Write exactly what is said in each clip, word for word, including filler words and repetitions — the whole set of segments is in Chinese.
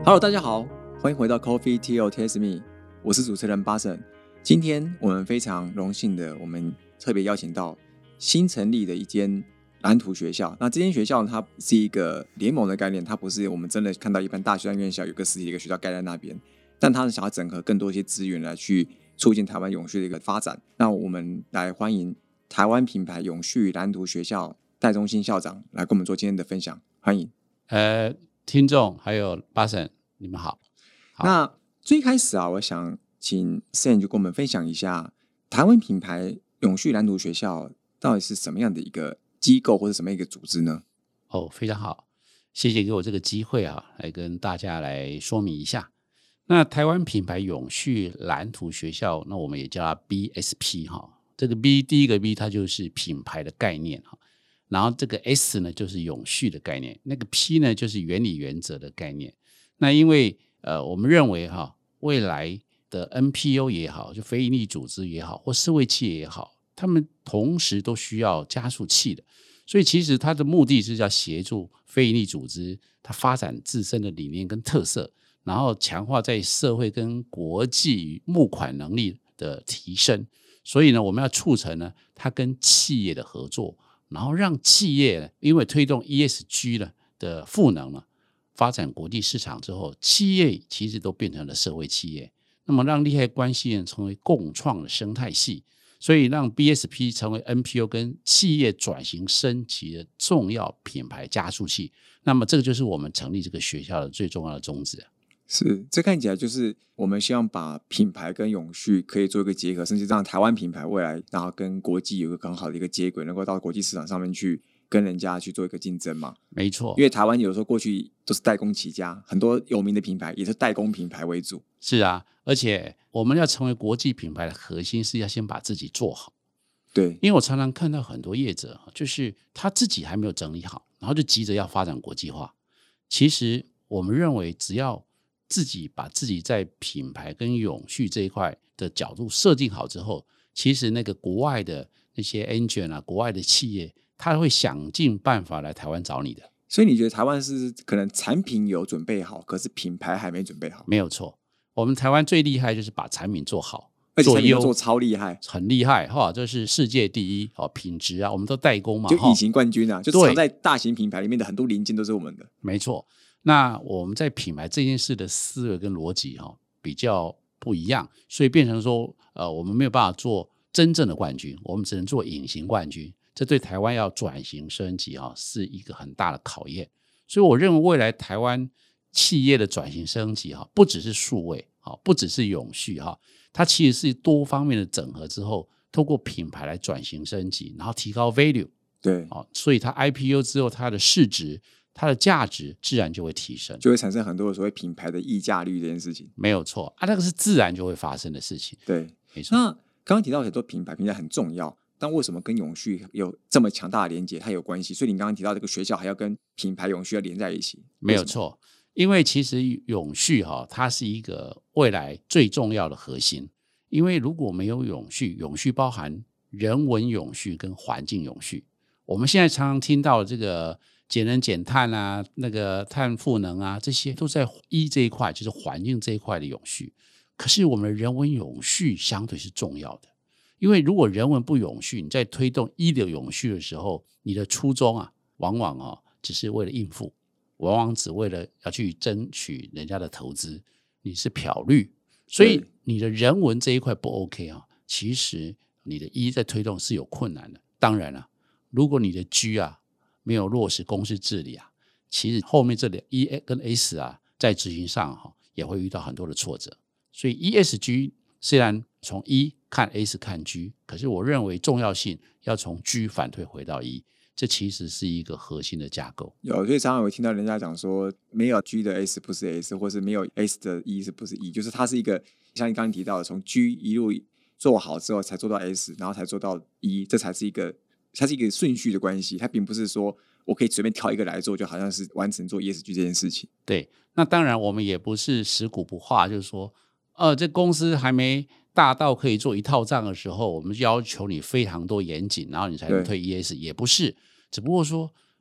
Hello， 大家好，欢迎回到 Coffee Tea Taste Me， 我是主持人巴神。今天我们非常荣幸的，我们特别邀请到新成立的一间蓝图学校。那这间学校它是一个联盟的概念，它不是我们真的看到一般大学院校有个实体的一个学校盖在那边，但它是想要整合更多一些资源来去促进台湾永续的一个发展。那我们来欢迎台湾品牌永续蓝图学校戴忠兴校长来跟我们做今天的分享，欢迎。 呃，听众还有巴神，你们好。好， 那最开始啊，我想请 Sam 就跟我们分享一下台湾品牌永续蓝图学校到底是什么样的一个机构或者什么样一个组织呢？ 哦，非常好，谢谢给我这个机会啊，来跟大家来说明一下。那台湾品牌永续蓝图学校，那我们也叫它 B S P 哈。这个 B 第一个 B 它就是品牌的概念哈，然后这个 S 呢就是永续的概念，那个 P 呢就是原理原则的概念。那因为呃，我们认为哈，未来的 N P O 也好，就非营利组织也好，或社会企业也好，他们同时都需要加速器的。所以其实它的目的是要协助非营利组织它发展自身的理念跟特色，然后强化在社会跟国际募款能力的提升。所以呢，我们要促成呢，它跟企业的合作，然后让企业呢，因为推动 E S G 呢的赋能呢，发展国际市场之后，企业其实都变成了社会企业。那么让利害关系人成为共创的生态系，所以让 B S P 成为 N P O 跟企业转型升级的重要品牌加速器。那么这个就是我们成立这个学校的最重要的宗旨。 是，这看起来就是我们希望把品牌跟永续可以做一个结合，甚至让台湾品牌未来然后跟国际有一个很好的一个接轨，能够到国际市场上面去跟人家去做一个竞争嘛。 没错， 因为台湾有时候过去都是代工起家，很多有名的品牌也是代工品牌为主。 是啊，而且我们要成为国际品牌的核心是要先把自己做好。 对， 因为我常常看到很多业者就是他自己还没有整理好，然后就急着要发展国际化。其实我们认为只要自己把自己在品牌跟永续这一块的角度设定好之后，其实那个国外的那些 angel 啊，国外的企业他会想尽办法来台湾找你的。 所以你觉得台湾是可能产品有准备好，可是品牌还没准备好？ 没有错，我们台湾最厉害就是把产品做好， 而且产品做超厉害， 很厉害哈，这是世界第一哦，品质啊，我们都代工嘛， 就隐形冠军啊，就藏在大型品牌里面的很多零件都是我们的。 没错，那我们在品牌这件事的思维跟逻辑哈比较不一样，所以变成说，呃，我们没有办法做真正的冠军，我们只能做隐形冠军。这对台湾要转型升级啊，是一个很大的考验。所以我认为未来台湾企业的转型升级哈，不只是数位，不只是永续哈，它其实是多方面的整合之后，透过品牌来转型升级，然后提高 value。 对， 所以它 I P O 之后，它的市值、它的价值自然就会提升， 就会产生很多的所谓品牌的溢价率这件事情。 没有错啊，那个是自然就会发生的事情。 对， 没错。 那刚刚提到很多品牌，品牌很重要。但为什么跟永续有这么强大的连结？它有关系，所以你刚刚提到这个学校还要跟品牌永续要连在一起， 没有错。因为其实永续哈，它是一个未来最重要的核心。因为如果没有永续，永续包含人文永续跟环境永续。我们现在常常听到这个节能减碳啊，那个碳赋能啊，这些都在一这一块，就是环境这一块的永续。可是我们的人文永续相对是重要的。因为如果人文不永续，你在推动一的永续的时候，你的初衷啊，往往啊只是为了应付，往往只为了要去争取人家的投资，你是漂绿，所以你的人文这一块不 OK 啊，其实你的一在推动是有困难的。当然了、啊，如果你的 G 啊没有落实公司治理啊，其实后面这两 E 跟 S 啊在执行上哈、啊、也会遇到很多的挫折。所以 E S G 虽然从 E 看 S 看 G， 可是我认为重要性要从 G 反推回到 E， 这其实是一个核心的架构。 有，所以常常会听到人家讲说，没有 G 的 S 不是 S， 或是没有 S 的 E 是不是 E， 就是它是一个像你刚刚提到的，从 G 一路做好之后才做到 S， 然后才做到 E， 这才是一个它是一个顺序的关系，它并不是说我可以随便挑一个来做，就好像是完成做 E S G 这件事情。 对，那当然我们也不是食古不化，就是说呃，这公司还没大到可以做一套账的时候，我们要求你非常多严谨，然后你才能推 E S， 也不是，只不过说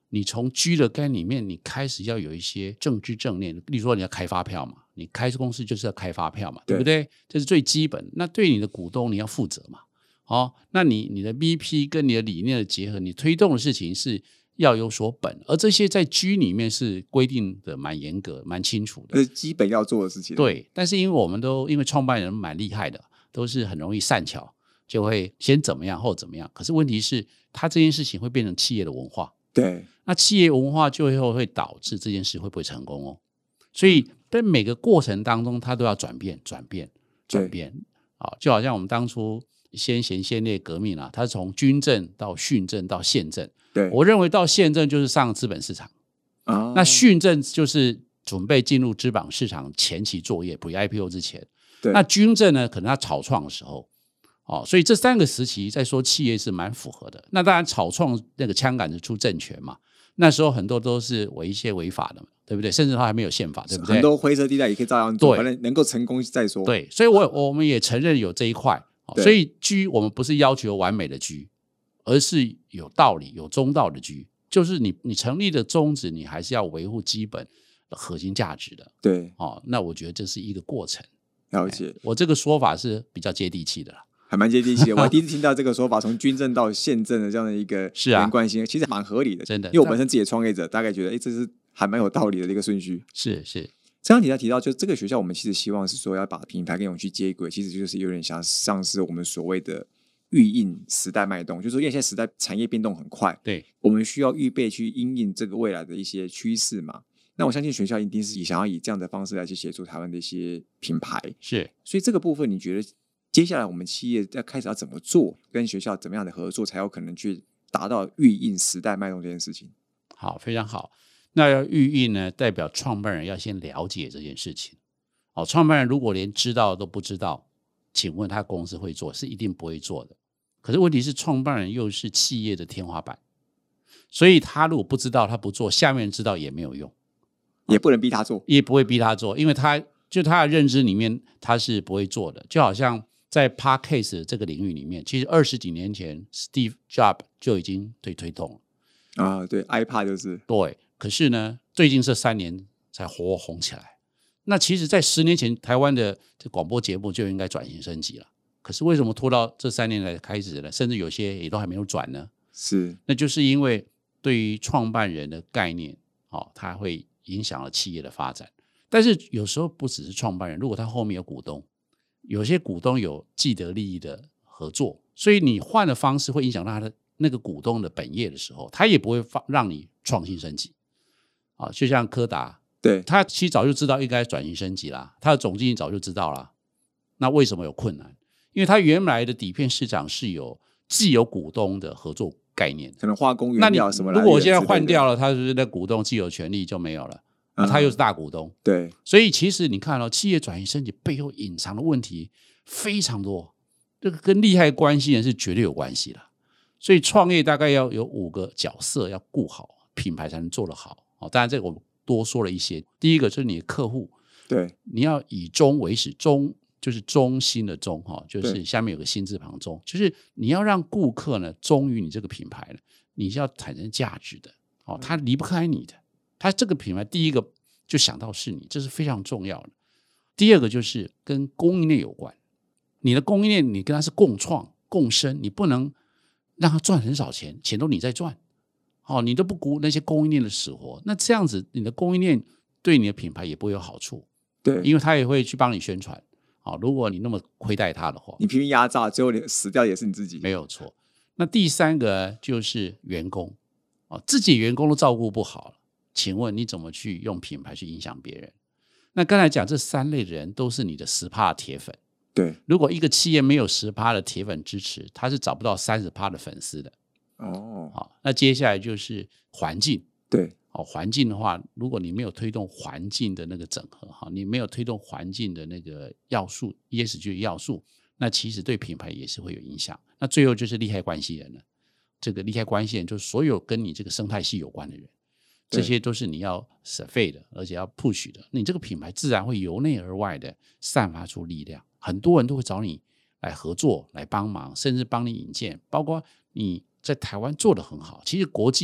你从 G 的概念里面，你开始要有一些政治正念，例如说你要开发票嘛，你开公司就是要开发票嘛， 对, 对不对？这是最基本。那对你的股东你要负责嘛，哦，那你你的 V P 跟你的理念的结合，你推动的事情是要有所本，而这些在 G 里面是规定的蛮严格、蛮清楚的， 这是基本要做的事情。 对，但是因为我们都因为创办人蛮厉害的，都是很容易善巧，就会先怎么样后怎么样。可是问题是，他这件事情会变成企业的文化。 对， 那企业文化最后会导致这件事会不会成功哦？所以在每个过程当中，它都要转变、转变、转变。啊，就好像我们当初先贤先烈革命啊，它是从军政到训政到宪政。 对， 我认为到宪政就是上资本市场，哦、那训政就是准备进入资本市场前期作业 ，pre I P O 之前。那军政呢，可能它草创的时候。哦，所以这三个时期在说企业是蛮符合的。那当然草创那个枪杆子出政权嘛，那时候很多都是违一些违法的嘛，对不对？甚至它还没有宪法，对不对？ 很多灰色地带也可以照样做，反正能够成功再说。 对，所以我我们也承认有这一块。哦、所以居我们不是要求完美的居，而是有道理、有中道的居，就是你你成立的宗旨，你还是要维护基本的核心价值的。 对， 哦，那我觉得这是一个过程。 了解， 我这个说法是比较接地气的啦。 还蛮接地气的，我还第一次听到这个说法，从军政到宪政的这样的一个连贯性，其实蛮合理的， 真的。 因为我本身自己的创业者，大概觉得，哎，这是还蛮有道理的一个顺序。 是是， 这样提到提到，就这个学校，我们其实希望是说要把品牌跟永续接轨，其实就是有点像像是我们所谓的预应时代脉动，就是说，因为现在时代产业变动很快， 对， 我们需要预备去因应这个未来的一些趋势嘛。那我相信学校一定是想要以这样的方式来去协助台湾的一些品牌， 是， 所以这个部分你觉得？接下来我们企业要开始要怎么做，跟学校怎么样的合作，才有可能去达到预应时代脉动这件事情。 好，非常好。那要预应呢，代表创办人要先了解这件事情。哦，创办人如果连知道都不知道，请问他公司会做，是一定不会做的。可是问题是，创办人又是企业的天花板，所以他如果不知道，他不做，下面人知道也没有用， 也不能逼他做， 也不会逼他做，因为他就他的认知里面他是不会做的。就好像在 Podcast 这个领域里面，其实二十几年前 Steve Jobs 就已经对推动了啊，对 iPad 就是对，可是呢，最近这三年才火红起来。那其实，在十年前，台湾的这广播节目就应该转型升级了。可是为什么拖到这三年来开始呢？甚至有些也都还没有转呢？ 是， 那就是因为对于创办人的概念，哦，它会影响了企业的发展。但是有时候不只是创办人，如果他后面有股东。有些股东有既得利益的合作，所以你换的方式会影响到他的那个股东的本业的时候，他也不会让你创新升级。啊，就像柯达， 对， 他其实早就知道应该转型升级啦，他的总经理早就知道啦。那为什么有困难？因为他原来的底片市场是有既有股东的合作概念， 可能化工原料什么。 如果我现在换掉了，他是那股东既有权利就没有了。啊、他又是大股东、 嗯，对， 所以其实你看哦，企业转型升级背后隐藏的问题非常多，这个跟利害关系人是绝对有关系的。所以创业大概要有五个角色要顾好，品牌才能做得好。哦，当然这个我多说了一些。第一个就是你的客户， 对， 你要以终为始，终就是中心的中哈，就是下面有个心字旁中，就是你要让顾客呢忠于你这个品牌了，你是要产生价值的哦，他离不开你的。他这个品牌第一个就想到是你，这是非常重要的。第二个就是跟供应链有关，你的供应链你跟他是共创共生，你不能让他赚很少钱，钱都你在赚，哦，你都不顾那些供应链的死活，那这样子你的供应链对你的品牌也不会有好处， 对， 因为他也会去帮你宣传。哦，如果你那么亏待他的话， 你拼命压榨，最后你死掉也是你自己， 没有错。那第三个就是员工，哦，自己员工都照顾不好了。请问你怎么去用品牌去影响别人？那刚才讲这三类的人都是你的 百分之十 的铁粉。 对， 如果一个企业没有 百分之十 的铁粉支持，他是找不到 百分之三十 的粉丝的。 哦， 好，那接下来就是环境。 对， 哦，环境的话，如果你没有推动环境的那个整合，哈，你没有推动环境的那个要素 E S G 的要素，那其实对品牌也是会有影响。那最后就是利害关系人了。这个利害关系人就是所有跟你这个生态系有关的人。这些都是你要 survey 的，而且要 push 的，你这个品牌自然会由内而外的散发出力量，很多人都会找你来合作来帮忙，甚至帮你引荐，包括你在台湾做得很好，其实国际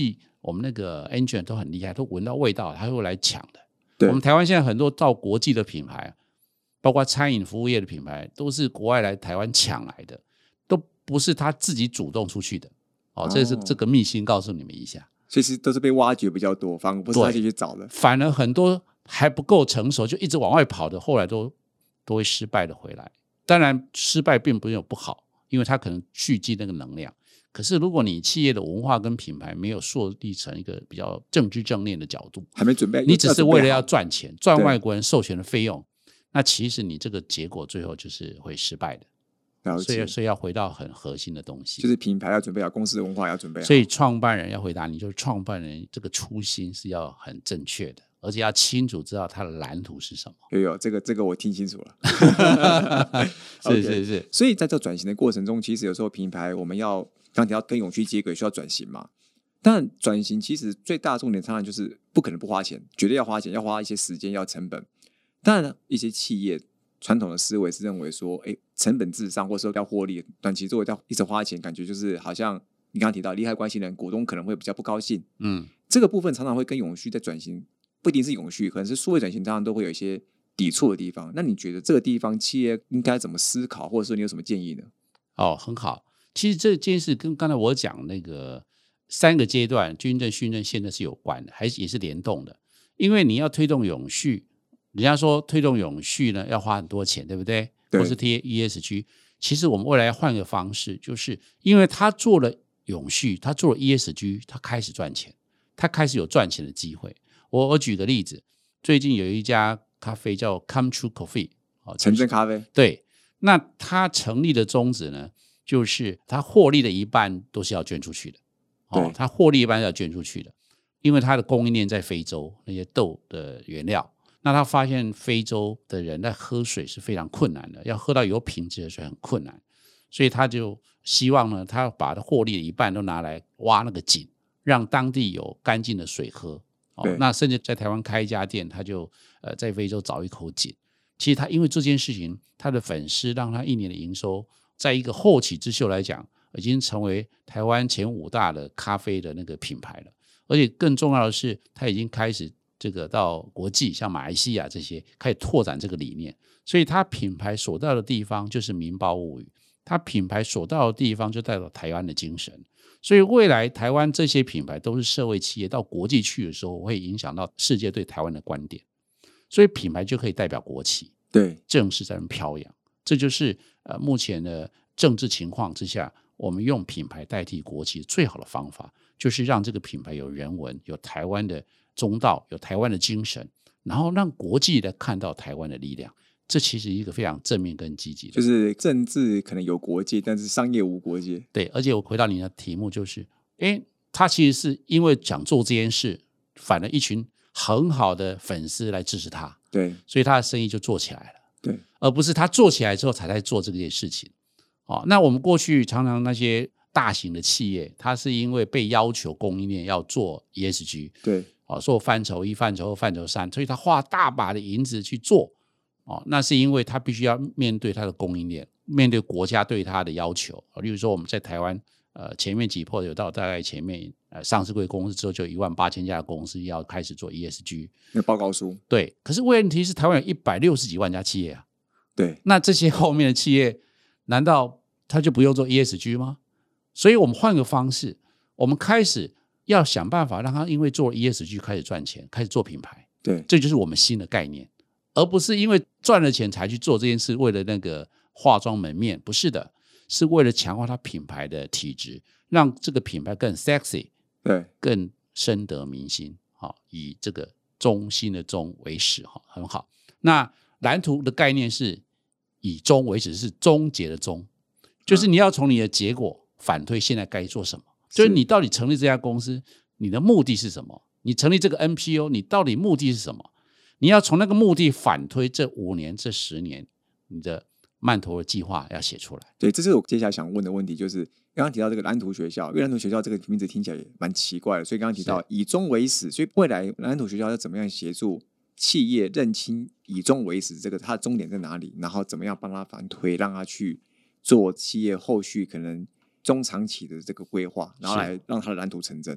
我们那个 engine 都很厉害，都闻到味道，他会来抢的。 对， 我们台湾现在很多到国际的品牌，包括餐饮服务业的品牌，都是国外来台湾抢来的，都不是他自己主动出去的。哦，这是这个秘辛，告诉你们一下。 其实都是被挖掘比较多，反而不是他自己去找的。 反而很多还不够成熟，就一直往外跑的，后来都都会失败的回来。当然，失败并不是有不好，因为他可能蓄积那个能量。可是，如果你企业的文化跟品牌没有树立成一个比较正知正念的角度， 还没准备， 你只是为了要赚钱，赚外国人授权的费用，那其实你这个结果最后就是会失败的。所以，所以要回到很核心的东西， 就是品牌要准备好，公司的文化要准备好。 所以，创办人要回答你，就是创办人这个初心是要很正确的，而且要清楚知道他的蓝图是什么。 有有，这个这个我听清楚了。 是是是。 所以在这转型的过程中，其实有时候品牌我们要刚提到跟永续接轨，需要转型嘛。但转型其实最大的重点当然就是不可能不花钱，绝对要花钱，要花一些时间，要成本。当然，一些企业传统的思维是认为说，哎，成本至上，或者说要获利，短期做要一直花钱，感觉就是好像你刚刚提到利害关系人，股东可能会比较不高兴。嗯，这个部分常常会跟永续在转型，不一定是永续，可能是数位转型，当然都会有一些抵触的地方。那你觉得这个地方企业应该怎么思考，或者说你有什么建议呢？ 哦，很好。其实这件事跟刚才我讲那个三个阶段，军政、训政、宪政是有关的，还是也是联动的。因为你要推动永续。人家说推动永续呢要花很多钱，对不对？ 对， 或是贴 E S G。其实我们未来要换个方式，就是因为他做了永续，他做了 E S G， 他开始赚钱，他开始有赚钱的机会。我我举个例子，最近有一家咖啡叫 Come True Coffee， 城镇咖啡。 对，那他成立的宗旨呢，就是他获利的一半都是要捐出去的。哦，他获利一半要捐出去的，因为他的供应链在非洲，那些豆的原料。那他发现非洲的人在喝水是非常困难的，要喝到有品质的水很困难，所以他就希望呢，他把获利的一半都拿来挖那个井，让当地有干净的水喝。哦，那甚至在台湾开一家店，他就呃在非洲找一口井。其实他因为这件事情，他的粉丝让他一年的营收，在一个后起之秀来讲，已经成为台湾前五大的咖啡的那个品牌了。而且更重要的是，他已经开始这个到国际，像马来西亚这些开始拓展这个理念，所以它品牌所到的地方就是民胞物语，它品牌所到的地方就代表台湾的精神。所以未来台湾这些品牌都是社会企业，到国际去的时候会影响到世界对台湾的观点，所以品牌就可以代表国旗， 对， 正式在那飘扬。这就是呃目前的政治情况之下，我们用品牌代替国旗最好的方法，就是让这个品牌有人文，有台湾的中道，有台湾的精神，然后让国际来看到台湾的力量。这其实一个非常正面跟积极的， 就是政治可能有国界，但是商业无国界。 对，而且我回到你的题目，就是诶他其实是因为想做这件事，反而一群很好的粉丝来支持他， 对， 所以他的生意就做起来了， 对， 而不是他做起来之后才在做这件事情。哦，那我们过去常常那些大型的企业，它是因为被要求供应链要做 E S G， 对， 哦，做范畴一、范畴二、范畴三，所以他花大把的银子去做。哦，那是因为他必须要面对他的供应链，面对国家对他的要求。例如说我们在台湾，呃，前面几波有到大概前面呃上市柜公司之后，就一万八千家的公司要开始做 E S G 那报告书。 对，可是问题是台湾有一百六十几万家企业啊， 对， 那这些后面的企业，难道他就不用做 E S G 吗？所以我们换个方式，我们开始要想办法让他因为做 E S G 开始赚钱，开始做品牌。 对， 这就是我们新的概念。而不是因为赚了钱才去做这件事，为了那个化妆门面，不是的，是为了强化它品牌的体质，让这个品牌更 sexy， 对， 更深得民心。好，以这个中心的中为始，很好。那蓝图的概念是以终为始，是终结的终，就是你要从你的结果反推现在该做什么，就是你到底成立这家公司，你的目的是什么？你成立这个 N P O， 你到底目的是什么？你要从那个目的反推这五年、这十年，你的曼陀罗计划要写出来。 对，这是我接下来想问的问题，就是刚刚提到这个蓝图学校，因为蓝图学校这个名字听起来也蛮奇怪的，所以刚刚提到以终为始，所以未来蓝图学校要怎么样协助企业认清以终为始这个它的终点在哪里，然后怎么样帮他反推，让他去做企业后续可能中长期的这个规划，然后来让他的蓝图成真。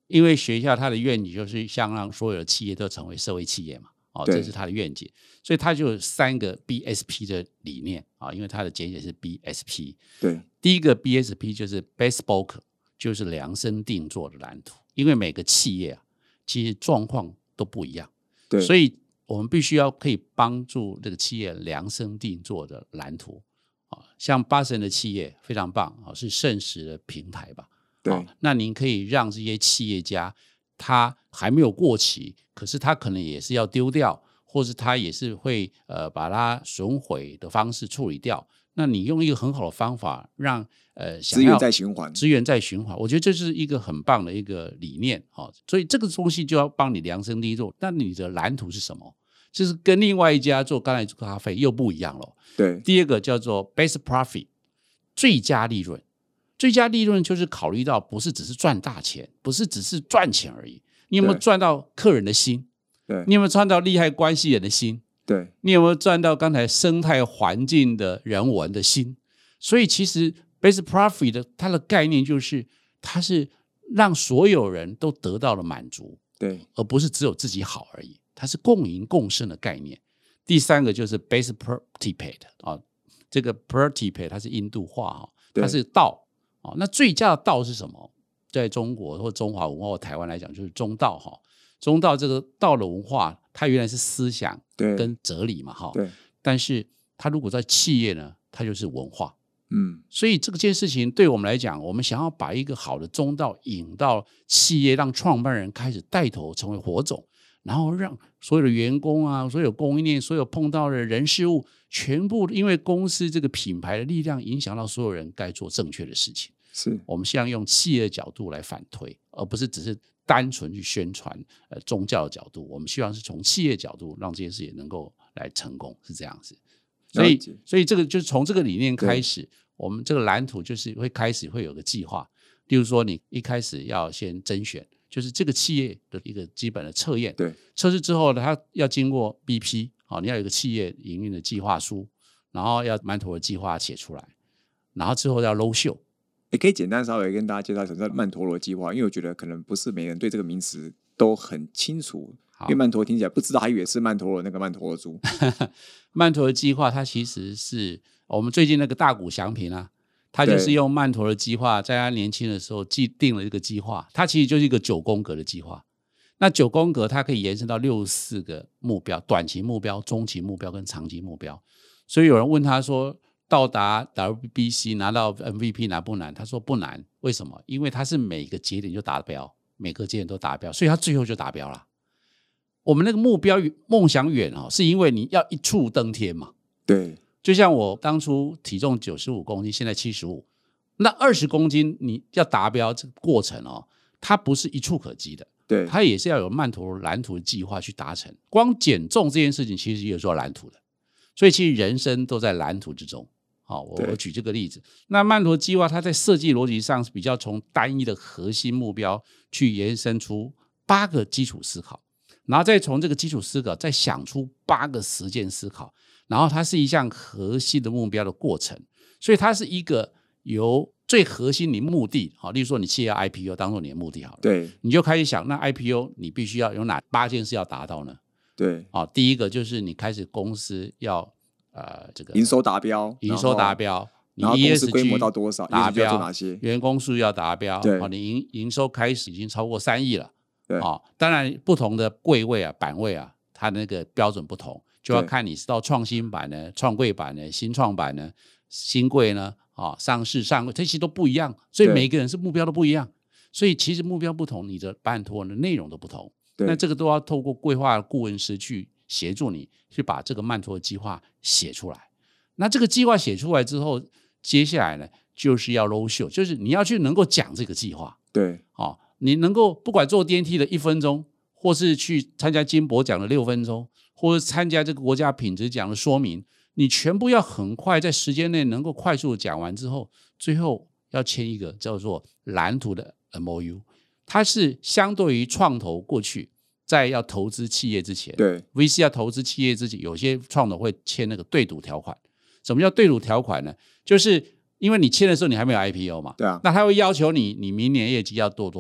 因为学校它的愿景就是想让所有的企业都成为社会企业嘛，哦，这是它的愿景，所以它就有三个 B S P 的理念啊，因为它的简写是 B S P。 对， 第一个 B S P 就是 Bespoke， 就是量身定做的蓝图，因为每个企业啊，其实状况都不一样， 对， 所以我们必须要可以帮助这个企业量身定做的蓝图。像巴神的企业非常棒，是盛时的平台吧。 对， 那您可以让这些企业家，他还没有过期，可是他可能也是要丢掉，或是他也是会呃把它损毁的方式处理掉。那你用一个很好的方法让呃资源再循环， 资源再循环，我觉得这是一个很棒的一个理念。所以这个东西就要帮你量身定做。那你的蓝图是什么？就是跟另外一家做刚才做咖啡又不一样了。 对， 第二个叫做 best profit， 最佳利润。最佳利润就是考虑到不是只是赚大钱，不是只是赚钱而已，你有没有赚到客人的心？ 对， 你有没有赚到利害关系人的心？ 对， 你有没有赚到刚才生态环境的人文的心？所以其实 best profit 的它的概念就是它是让所有人都得到了满足， 对， 而不是只有自己好而已，它是共赢共生的概念。第三个就是 best participate 啊，这个 participate 它是印度话，它是道。那最佳的道是什么？在中国或中华文化或台湾来讲，就是中道哈。中道这个道的文化，它原来是思想跟哲理嘛哈。 对。 但是它如果在企业呢，它就是文化。 嗯。 所以这件事情对我们来讲，我们想要把一个好的中道引到企业，让创办人开始带头成为火种，然后让所有的员工啊，所有供应链，所有碰到的人事物，全部因为公司这个品牌的力量，影响到所有人该做正确的事情。 是我们希望用企业的角度来反推，而不是只是单纯去宣传呃宗教的角度。我们希望是从企业角度让这件事也能够来成功，是这样子。所以，所以这个就是从这个理念开始，我们这个蓝图就是会开始会有个计划。例如说，你一开始要先甄选，就是这个企业的一个基本的测验。 对， 测试之后呢，它要经过 B P， 好，你要有一个企业营运的计划书，然后要曼陀罗计划写出来，然后之后要 road show。 也可以简单稍微跟大家介绍什么叫曼陀罗计划，因为我觉得可能不是每个人对这个名词都很清楚，因为曼陀罗听起来不知道，还以为是曼陀罗那个曼陀罗珠。 曼陀罗计划它其实是我们最近那个大谷翔平啊，他就是用曼陀罗计划，在他年轻的时候既定了一个计划，它其实就是一个九宫格的计划。那九宫格它可以延伸到六十四个目标，短期目标、中期目标跟长期目标。所以有人问他说，到达 W B C 拿到 M V P 难不难？他说不难，为什么？因为他是每个节点就达标，每个节点都达标，所以他最后就达标了。我们那个目标梦想远哦，是因为你要一触登天嘛。 对， 就像我当初体重九十五公斤，现在七十五，那二十公斤你要达标这个过程哦，它不是一触可及的。 对， 它也是要有曼陀罗蓝图的计划去达成。光减重这件事情其实也有做蓝图的，所以其实人生都在蓝图之中。好，我举这个例子。那曼陀罗计划它在设计逻辑上是比较从单一的核心目标去延伸出八个基础思考，然后再从这个基础思考再想出八个实践思考，然后它是一项核心的目标的过程。所以它是一个由最核心你目的，好，例如说你企业要 I P O 当做你的目的好了， 对， 你就开始想，那 I P O 你必须要有哪八件事要达到呢？ 对， 好，第一个就是你开始公司要呃这个营收达标， 营收达标，你然后公司 E S G 规模到多少， 达标， 做哪些？ 员工数要达标， 对， 好，你营营收开始已经超过三亿了， 对， 哦，当然不同的柜位啊、版位啊，它的那个标准不同，就要看你是到创新版呢、创柜版呢、新创版呢、新柜呢。哦、上市上柜这些都不一样，所以每个人是目标都不一样，所以其实目标不同，你的曼陀罗的内容都不同，那这个都要透过规划顾问师去协助你去把这个曼陀罗计划写出来。那这个计划写出来之后，接下来呢就是要 road show， 就是你要去能够讲这个计划。 对， 哦，你能够不管坐电梯的一分钟，或是去参加金博奖的六分钟，或是参加这个国家品质奖的说明，你全部要很快在时间内能够快速讲完之后，最后要签一个叫做蓝图的 M O U， 它是相对于创投过去在要投资企业之前， 对 V C 要投资企业之前，有些创投会签那个对赌条款。什么叫对赌条款呢？就是因为你签的时候你还没有 I P O 嘛， 对啊， 那他会要求你你明年业绩要做多少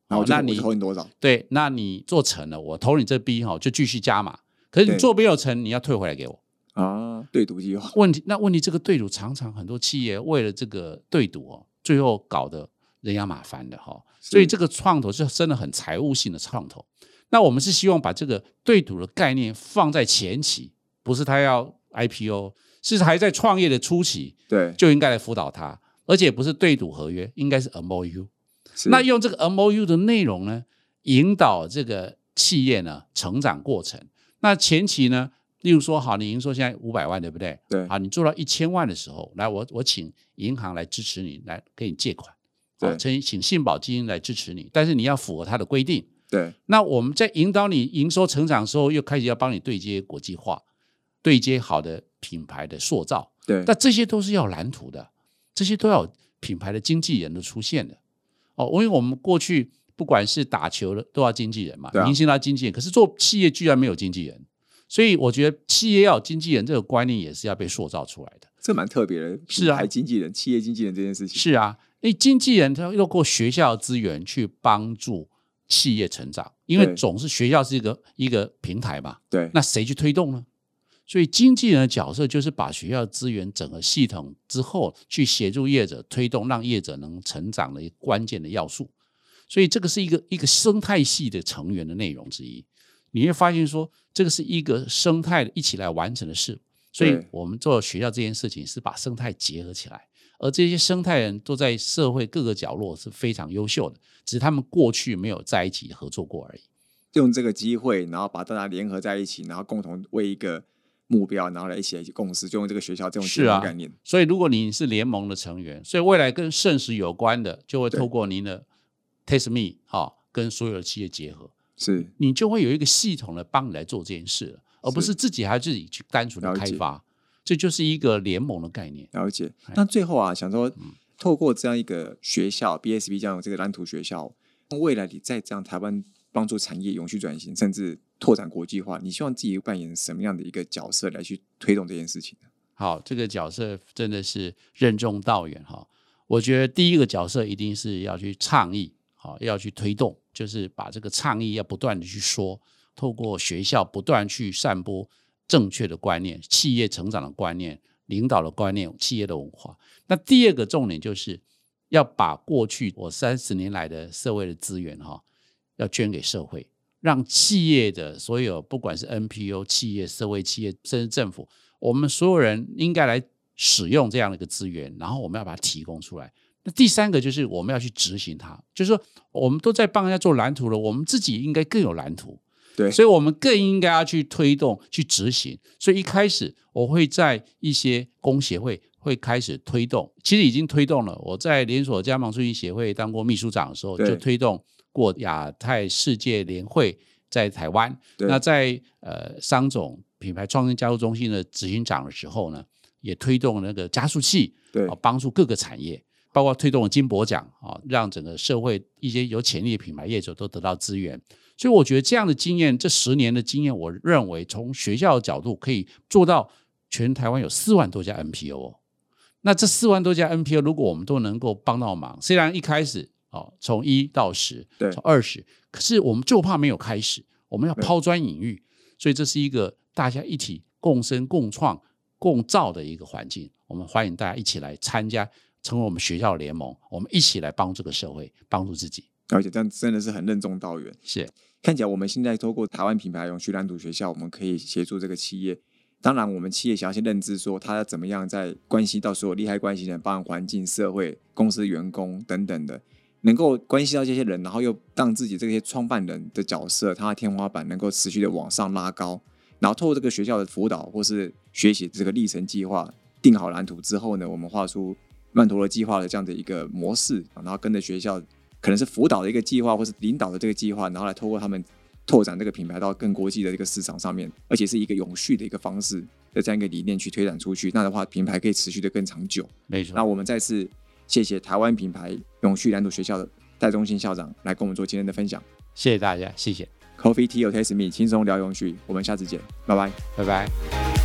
然后那你我投你多少？ 对，那你做成了，我投你这 B 哈，就继续加码。可是你做没有成，你要退回来给我啊。对赌计划问题，那问题这个对赌常常很多企业为了这个对赌哦，最后搞得人仰马翻的哈。所以这个创投是真的很财务性的创投。那我们是希望把这个对赌的概念放在前期，不是他要 I P O， 是还在创业的初期， 对， 就应该来辅导他，而且不是对赌合约，应该是 M O U。那用这个 M O U 的内容呢，引导这个企业呢成长过程。那前期呢，例如说，好，你营收现在五百万，对不对？ 对。 好，你做到一千万的时候，来，我我请银行来支持你，来给你借款。对，请请信保基金来支持你，但是你要符合它的规定。 对。 那我们在引导你营收成长的时候，又开始要帮你对接国际化，对接好的品牌的塑造。 对。 但这些都是要蓝图的，这些都要有品牌的经纪人的出现的。哦，因为我们过去不管是打球的都要经纪人嘛，啊、明星都要经纪人，可是做企业居然没有经纪人，所以我觉得企业要有经纪人这个观念也是要被塑造出来的。 这蛮特别的， 是啊， 品牌经纪人、企业经纪人这件事情。 是啊，因为经纪人他透过学校资源去帮助企业成长，因为总是学校是一个一个平台嘛， 对， 那谁去推动呢？所以经纪人的角色就是把学校资源整个系统之后，去协助业者推动，让业者能成长的一个关键的要素。所以这个是一个一个生态系的成员的内容之一。你会发现说，这个是一个生态一起来完成的事。所以我们做学校这件事情是把生态结合起来，而这些生态人都在社会各个角落是非常优秀的，只是他们过去没有在一起合作过而已。 用这个机会，然后把大家联合在一起，然后共同为一个目标，然后来一起来共识，就用这个学校这种结合概念。 是啊，所以如果你是联盟的成员，所以未来跟盛时有关的，就会透过您的 TasteMe、哦、跟所有的企业结合， 是你就会有一个系统的帮你来做这件事了，而不是自己还自己去单纯的开发，这就是一个联盟的概念。 了解。那最后啊，想说透过这样一个学校 B S B 这样这个蓝图学校，未来你在这样台湾帮助产业永续转型，甚至拓展国际化，你希望自己扮演什么样的一个角色来去推动这件事情呢？ 好，这个角色真的是任重道远哈。我觉得第一个角色一定是要去倡议，好，要去推动，就是把这个倡议要不断的去说，透过学校不断去散播正确的观念，企业成长的观念，领导的观念，企业的文化。那第二个重点就是要把过去我三十年来的社会的资源哈，要捐给社会，让企业的所有不管是 N P O 企业、社会企业，甚至政府，我们所有人应该来使用这样的一个资源，然后我们要把它提供出来。那第三个就是我们要去执行它，就是说我们都在帮人家做蓝图了，我们自己应该更有蓝图。 对， 所以我们更应该要去推动、去执行。所以一开始我会在一些工协会会开始推动，其实已经推动了。我在连锁加盟促进协会当过秘书长的时候，就推动过亚太世界联会在台湾。那在呃商总品牌创新加速中心的执行长的时候呢，也推动那个加速器，对，帮助各个产业。包括推动了金箔奖，让整个社会一些有潜力的品牌业者都得到资源。所以我觉得这样的经验，这十年的经验，我认为从学校的角度可以做到全台湾有四万多家 N P O、哦、那这四万多家 N P O 如果我们都能够帮到忙，虽然一开始、哦、从一到十，从二十，可是我们就怕没有开始，我们要抛砖引玉，所以这是一个大家一起共生共创共造的一个环境。我们欢迎大家一起来参加，成为我们学校联盟，我们一起来帮助这个社会，帮助自己。 而且这样真的是很任重道远。 是， 看起来我们现在透过台湾品牌永续蓝图学校，我们可以协助这个企业。当然我们企业想要先认知说它要怎么样在关系到所有利害关系人，包含环境、社会、公司员工等等的，能够关系到这些人，然后又让自己这些创办人的角色，他的天花板能够持续的往上拉高，然后透过这个学校的辅导或是学习这个历程计划，定好蓝图之后呢，我们画出曼陀罗计划的这样的一个模式，然后跟着学校可能是辅导的一个计划，或是领导的这个计划，然后来透过他们拓展这个品牌到更国际的这个市场上面，而且是一个永续的一个方式的这样一个理念去推展出去。那的话，品牌可以持续的更长久。 没错。 那我们再次谢谢台湾品牌永续蓝图学校的戴忠信校长来跟我们做今天的分享。 谢谢大家，谢谢。 Coffee Tea or Taste Me， 轻松聊永续，我们下次见，拜拜， 拜拜。